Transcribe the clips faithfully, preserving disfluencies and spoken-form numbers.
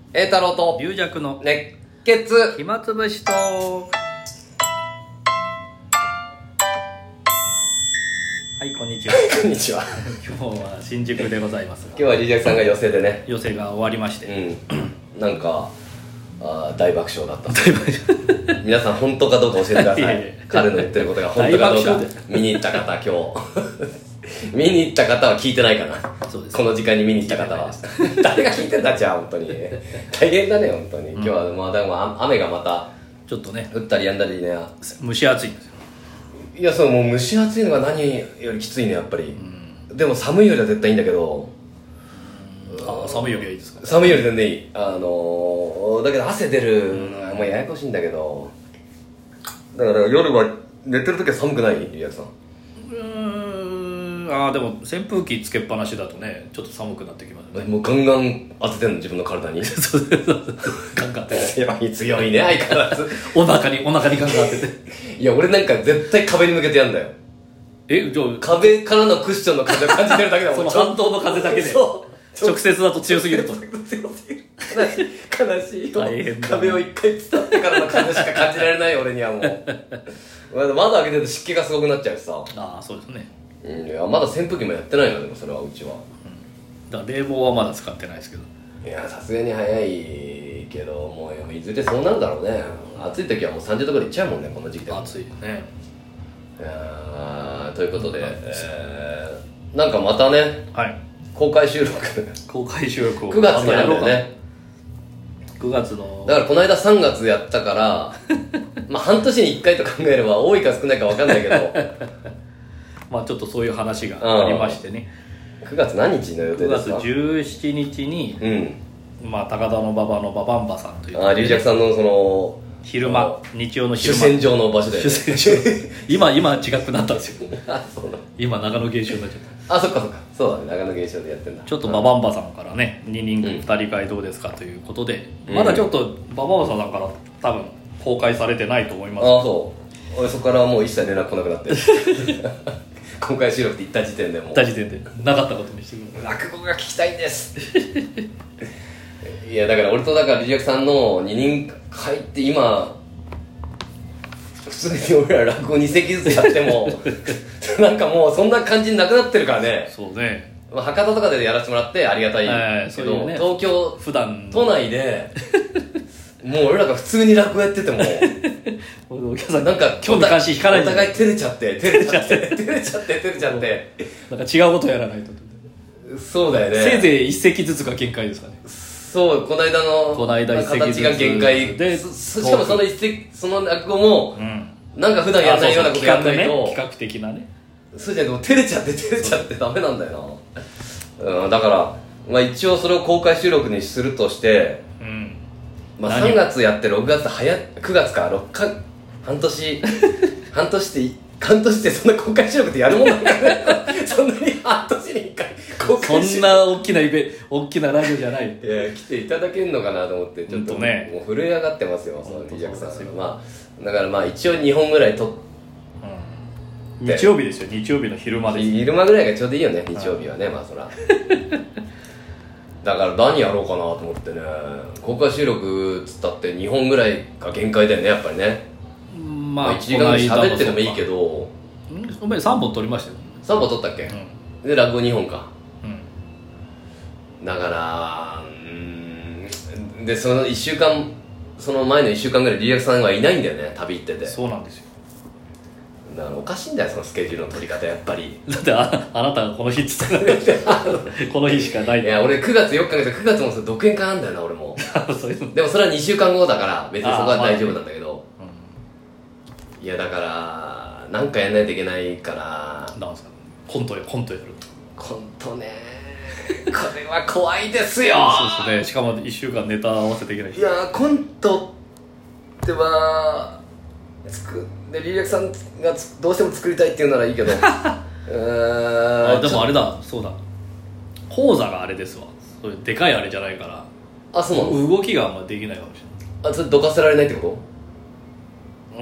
栄太郎と龍弱の熱血暇つぶしトーク。はい、こんにちは。 こんにちは。 今日は新宿でございます。 今日はリジャクさんが寄席でね、 寄席が終わりまして、 うん、なんかあ大爆笑だった。大爆笑。皆さん本当かどうか教えてください。 いやいや彼の言ってることが本当かどうか大爆笑。 見に行った方、今日見に行った方は聞いてないかな。 そうです。 この時間に見に行った方は誰が聞いてんだ。じゃあ本当に大変だね本当に、うん、今日はまあでも雨がまたちょっとね降ったりやんだりね、 蒸し暑いんですよ。 いや、そうもう蒸し暑いのが何よりきついねやっぱり、うん、でも寒いよりは絶対いいんだけど、 あ寒いよりはいいですか。 寒いより全然いい。あのー、だけど汗出るのはもうややこしいんだけど、だから夜は寝てる時は寒くない？リアクさん。 うーん、あーでも扇風機つけっぱなしだとねちょっと寒くなってきますね。 もうガンガン当ててんの自分の体に。 そうそうそうガンガン当てて強い強いね相変わらず。 お腹にお腹にガンガン当てていや俺なんか絶対壁に向けてやんだよ。 え、じゃあ壁からのクッションの風を感じてるだけだもん。 その反動の風だけでそう直接だと強すぎると強すぎる。悲しい悲しい。 大変だ、ね、 壁を一回伝ってからの風しか感じられない俺にはもう窓開けてると湿気がすごくなっちゃうしさ。 ああそうですね、 うん、いやまだ扇風機もやってないの。でもそれはうちは、 うん、だから冷房はまだ使ってないですけど、 いやさすがに早いけどもういずれそうなるだろうね。暑い時はもうさんじゅうどぐらいいっちゃうもんねこの時期で。 暑いね。 いやということで、えー、なんかまたね、 はい、 公開収録公開収録をくがつにやるんだよね。 くがつのだからこの間さんがつやったからまあ半年にいっかいと考えれば多いか少ないか分かんないけどまあちょっとそういう話がありましてね、 くがつ何日の予定ですか？ くがつじゅうしちにちに、うんまあ、高田馬場のババンバさんという、 ね、あリュウジャクさんのその昼間日曜の昼間主戦場の場所で今今違くなったんですよあそうだ今長野現象になっちゃったあそっかそっかそうだね長野現象でやってんだ。 ちょっとババンバさんからね二人二人会どうですかということで、うん、まだちょっとババンバさんから多分公開されてないと思います。 ああそう俺そこからもう一切連絡来なくなって公開収録って言った時点でもう言った時点でなかったことにしてくれ。 落語が聞きたいんですいやだから俺とだからリジャクさんの二人会って今普通に俺ら落語に席ずつやってもなんかもうそんな感じになくなってるからね。 そうね、 まあ、博多とかでやらせてもらってありがたいけど、 ね、 東京普段都内でもう俺らが普通に落語やっててもお客さんなんか興味関心引かないんお互い照れちゃって照れちゃって照れちゃって照れちゃってなんか違うことやらないと。 そうだよね。 せいぜい一席ずつが限界ですかね。 そうこの間のこの間一席ずつ形が限界で、しかもその一席その落語も、うん、なんか普段やらないようなことやらないと、 そうそう企画ね、企画的なね。 そうじゃなくて照れちゃって照れちゃってダメなんだよな、うん、だから、まあ、一応それを公開収録にするとして、うんまあ、さんがつやってろくがつ早くがつかろっか半年半年って半年ってそんな公開収録ってやるもんなんだねそんなに半年にいっかい公開収録そんな大きなイベ大きなラジオじゃない。 いや来ていただけるのかなと思ってちょっと、ね、もう震え上がってますよそのリジャクさん。まあだからまあ一応にほんぐらい撮って、 うん、日曜日ですよ。日曜日の昼間です。 昼間ぐらいがちょうどいいよね日曜日はね、まあそらだから何やろうかなと思ってね。公開収録つったってにほんぐらいが限界だよねやっぱりね。まあ、まあ、いちじかんぐらい喋っててもいいけどお前さんぼん撮りましたよ。 さんぼん撮ったっけ、うん、で落語にほんか、うん、だからうんでそのいっしゅうかんその前のいっしゅうかんぐらいリリアクさんはいないんだよね旅行ってて。 そうなんですよ。 だからおかしいんだよそのスケジュールの取り方やっぱり。 だって あ, あなたがこの日っつってこの日しかない。 いや俺くがつよっかですくがつもそれ独演会なんだよな俺もそういうでもそれはにしゅうかんごだから別にそこは大丈夫なんだけど、まあうん、いやだからなんかやんないといけないから。 なんすかコントやコントやるコントねこれは怖いですよそうですね。しかもいっしゅうかんネタ合わせていけないし。 いやコントっては作でリリアクさんがどうしても作りたいって言うならいいけどあでもあれだそうだ講座があれですわ。そういうでかいあれじゃないから。 あそうなの。 動きがあんまできないかもしれない。 あそれどかせられないってこと？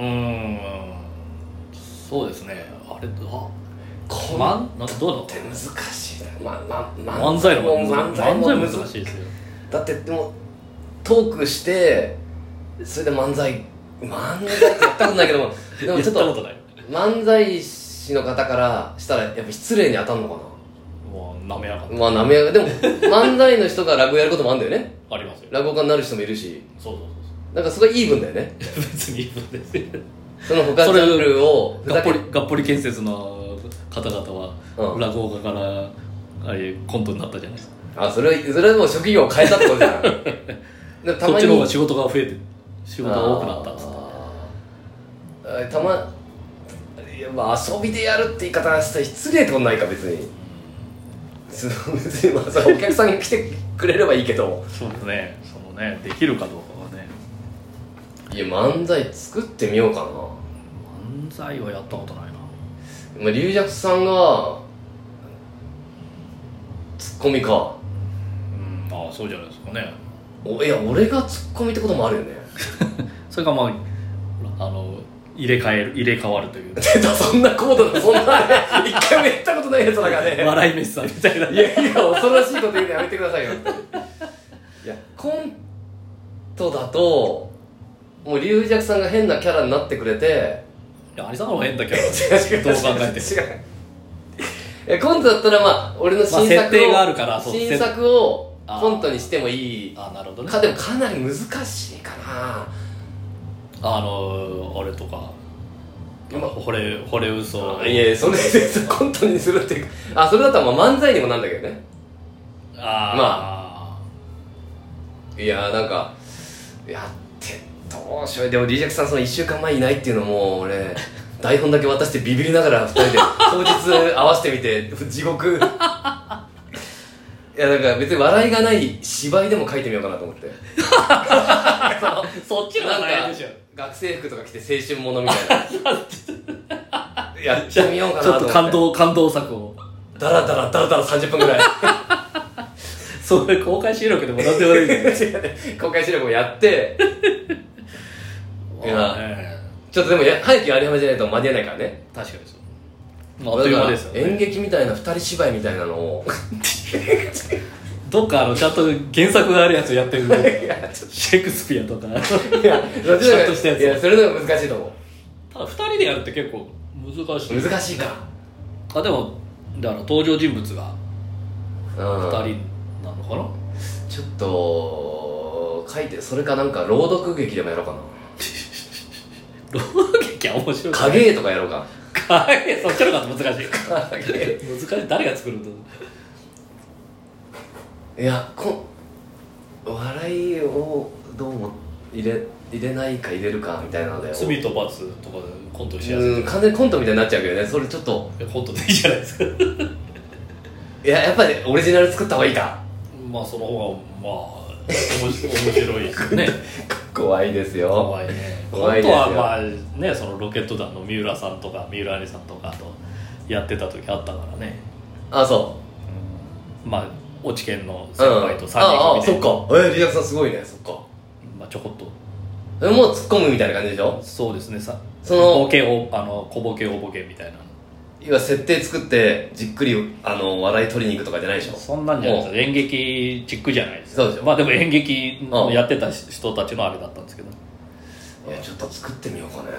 うーんそうですね。あれあこんまんなんかどうなのって難しいな、まあまあ、 漫才の漫才も漫才も難しいですよ。 だってでもトークしてそれで漫才漫才ってやったことないけどもでもちょっと漫才師の方からしたらやっぱ失礼に当たるのかな。 もうなめやがった。 まあなめやがでも漫才の人が落語やることもあるんだよね。 ありますよ。 落語家になる人もいるし。 そうそうそうそう。 なんかすごいイーブンだよね。 別にイーブンですよ。 その他ジャンルをがっぽりがっぽり建設の方々は、うん、落語家からあれコントになったじゃないですか。 あ、それはそれはもう職業を変えたってことじゃん。 でたまにそっちの方が仕事が増えて仕事が多くなったんですって。たまいや、まあ、遊びでやるって言い方はしたら失礼ってことないか別に。別にまあお客さんが来てくれればいいけど。 そうですね。そのねできるかどうかはね。 いや漫才作ってみようかな。 漫才はやったことないな。 まあ龍尺さんがツッコミか。 うん、ああそうじゃないですかね。 おいや俺がツッコミってこともあるよね。 それがまああの入れ替える入れ替わるという。 そんな高度なそんな一回もやったことないやつだからね。 笑い飯さんみたいな。 いやいや恐ろしいこと言うのやめてくださいよ。いやコントだともう龍尺さんが変なキャラになってくれて。 いや有さんの方が変なキャラ。どう考えて違う。コントだったらまあ俺の新作を、まあ、設定があるから新作をコントにしてもいい。 ああなるほどね。 かでもかなり難しいかな。 あのあれとか惚れ惚れ嘘。 いやそれでコントにするっていうかあそれだったらまあ漫才にもなんだけどね。 あまあいやなんかやってどうしよう。でもリージャクさんそのいっしゅうかんまえいないっていうのも俺台本だけ渡してビビりながらふたりで当日合わせてみて地獄。いやなんか別に笑いがない芝居でも書いてみようかなと思って。 そっちの方が大変でしょ。 学生服とか着て青春ものみたいなやってみようかなと思って。ちょっと感動感動作をダラダラダラダラさんじゅっぷんぐらい。 それ公開収録でもなんでもないですよ。 公開収録もやっていや、ね、ちょっとでもや早くやり始めないと間に合わないからね。 確かにそう、まあ、あっという間ですよね。 演劇みたいな二人芝居みたいなのをどっかあのちゃんと原作があるやつやってる。シェイクスピアとか。いや、ちゃんとしたやつ。いや、それでも難しいと思う。 ただふたりでやるって結構難しい。 難しいか。 あ、でもだから登場人物がふたりなのかな。 ちょっと書いて、それかなんか朗読劇でもやろうかな。 朗読劇は面白い。 影絵とかやろうか。 影絵そっちの方が難しい。難しい。誰が作るんだ。 いやこ笑いをどうも入れ入れないか入れるかみたいなので罪と罰とかでコントしやすい。 うん完全にコントみたいになっちゃうけどね。それちょっとコントでいいじゃないですか。いややっぱりオリジナル作った方がいいか。 まあその方がまあ面白いですね。 怖いですよ。 怖いね。コントはまあねそのロケット団の三浦さんとか三浦兄さんとかとやってた時あったからね。 あそう、 うん、まあ落ち研の先輩とさんにん組で、 うん、ああそっか。えー、リアクさんすごいね。そっか。 まあちょこっとえもう突っ込むみたいな感じでしょ。 そうですね。さそのボケをあの小ボケ大ボケみたいな。 要は設定作ってじっくりあの笑い取りに行くとかじゃないでしょ。 そんなんじゃないですよ。演劇チックじゃないですか。 そうでしょ。 まあでも演劇のやってた人たちのあれだったんですけど。 いやちょっと作ってみようかね。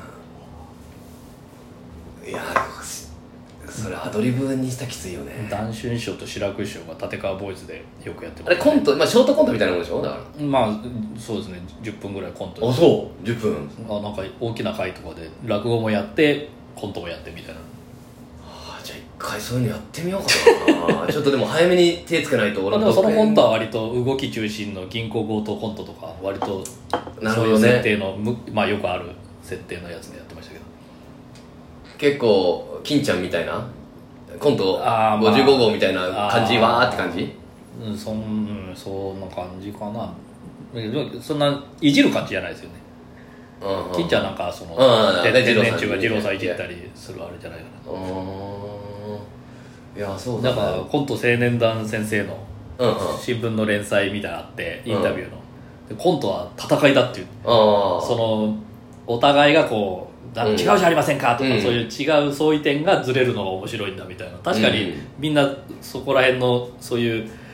いやそれアドリブにしたらきついよね。 談春師匠と志らく師匠が立川ボーイズでよくやってます、ね、 あれコント、まあ、ショートコントみたいなもんでしょ。だからまあそうですね。じゅっぷんぐらいコント。 あそうじゅっぷん。 あなんか大きな会とかで落語もやってコントもやってみたいな。 はあ、じゃあ一回そういうのやってみようかな。ちょっとでも早めに手つけないと。 俺もそのコントは割と動き中心の銀行強盗コントとか割とそういう設定の、ね、まあよくある設定のやつでやってましたけど。 結構金ちゃんみたいなコントごじゅうごごうみたいな感じわーって感じ。 うんそんそんな感じかな。そんないじる感じじゃないですよね。うんうん、金ちゃんなんかその、うん、天然中が二郎さんいじったりするあれじゃないかな。 いやそうだ、ね、 だからコント青年団先生の新聞の連載みたいなのあってインタビューの、うん、コントは戦いだっていう。そのお互いがこう違うじゃありませんかとか、うん、そういう違う相違点がずれるのが面白いんだみたいな。確かにみんなそこら辺のそういう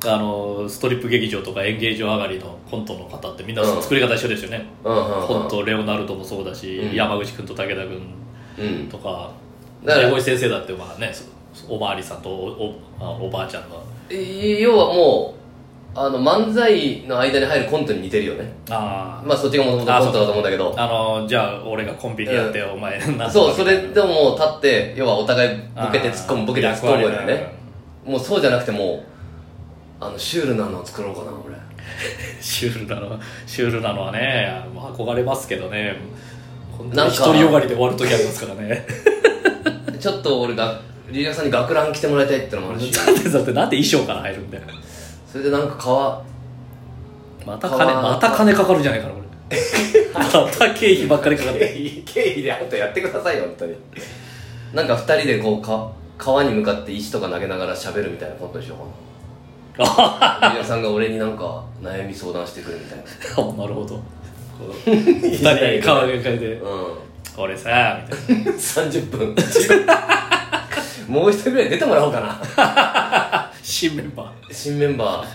あのストリップ劇場とか演芸場上がりのコントの方ってみんな作り方一緒ですよね、うん、コントレオナルドもそうだし、うん、山口君と武田君とか名越先生だってまあねおまわりさんと お, お, おばあちゃんの要はもうあの漫才の間に入るコントに似てるよね。あまあそっちがもともとコントだと思うんだけど、 あのじゃあ俺がコンビでやって、うん、お前なんそうそれでも立って要はお互いボケて突っ込むボケて突っ込むだよね。もうそうじゃなくてもうあのシュールなのを作ろうかな俺シュールなのシュールなのはね憧れますけどね、本当に独りよがりで終わる時ありますからねちょっと俺がリーダーさんに学ラン着てもらいたいってのもあるしなんでだってなんで衣装から入るんだよ。 それでなんか革また金また金かかるんじゃないかなこれまた経費ばっかりかかって経費であんたやってくださいよ本当に。なんかふたりでこうか川に向かって石とか投げながら喋るみたいなコントにしようかなリーダーさんが俺になんか悩み相談してくるみたいななるほどふたり川がかえて、うん、俺さみたいなさんじゅっぷんもう一人ぐらい出てもらおうかな新メンバー新メンバ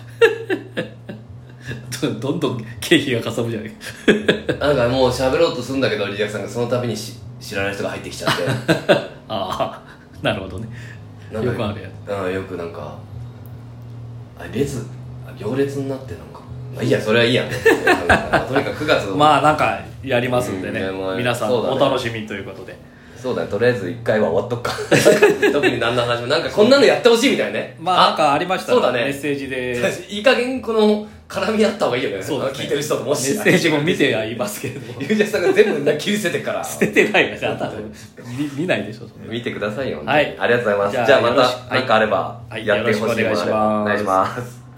ーどんどん経費がかさむじゃないなんかもう喋ろうとするんだけどリーダーさんがその度にし知らない人が入ってきちゃってああなるほどね。よくあるやつ、うん、よくなんかあ列行列になってなんかまあいいやそれはいいやねとにかくくがつまあなんかやりますんでね、うんまあ、皆さんお楽しみということでそうだね、とりあえずいっかいは終わっとくか特に何の話もなんかこんなのやってほしいみたいなね。 まあなんかありましたら、 そうだね、 メッセージでいい加減この絡み合った方がいいよね。そうですね、聞いてる人ともしメッセージも見てはいますけれどもゆうじゃさんが全部切り捨ててから捨ててないから多分見ないでしょ見てくださいよ。 はい、 ありがとうございます。じゃあ、じゃあまた何かあればやってほしいものあればお願いします。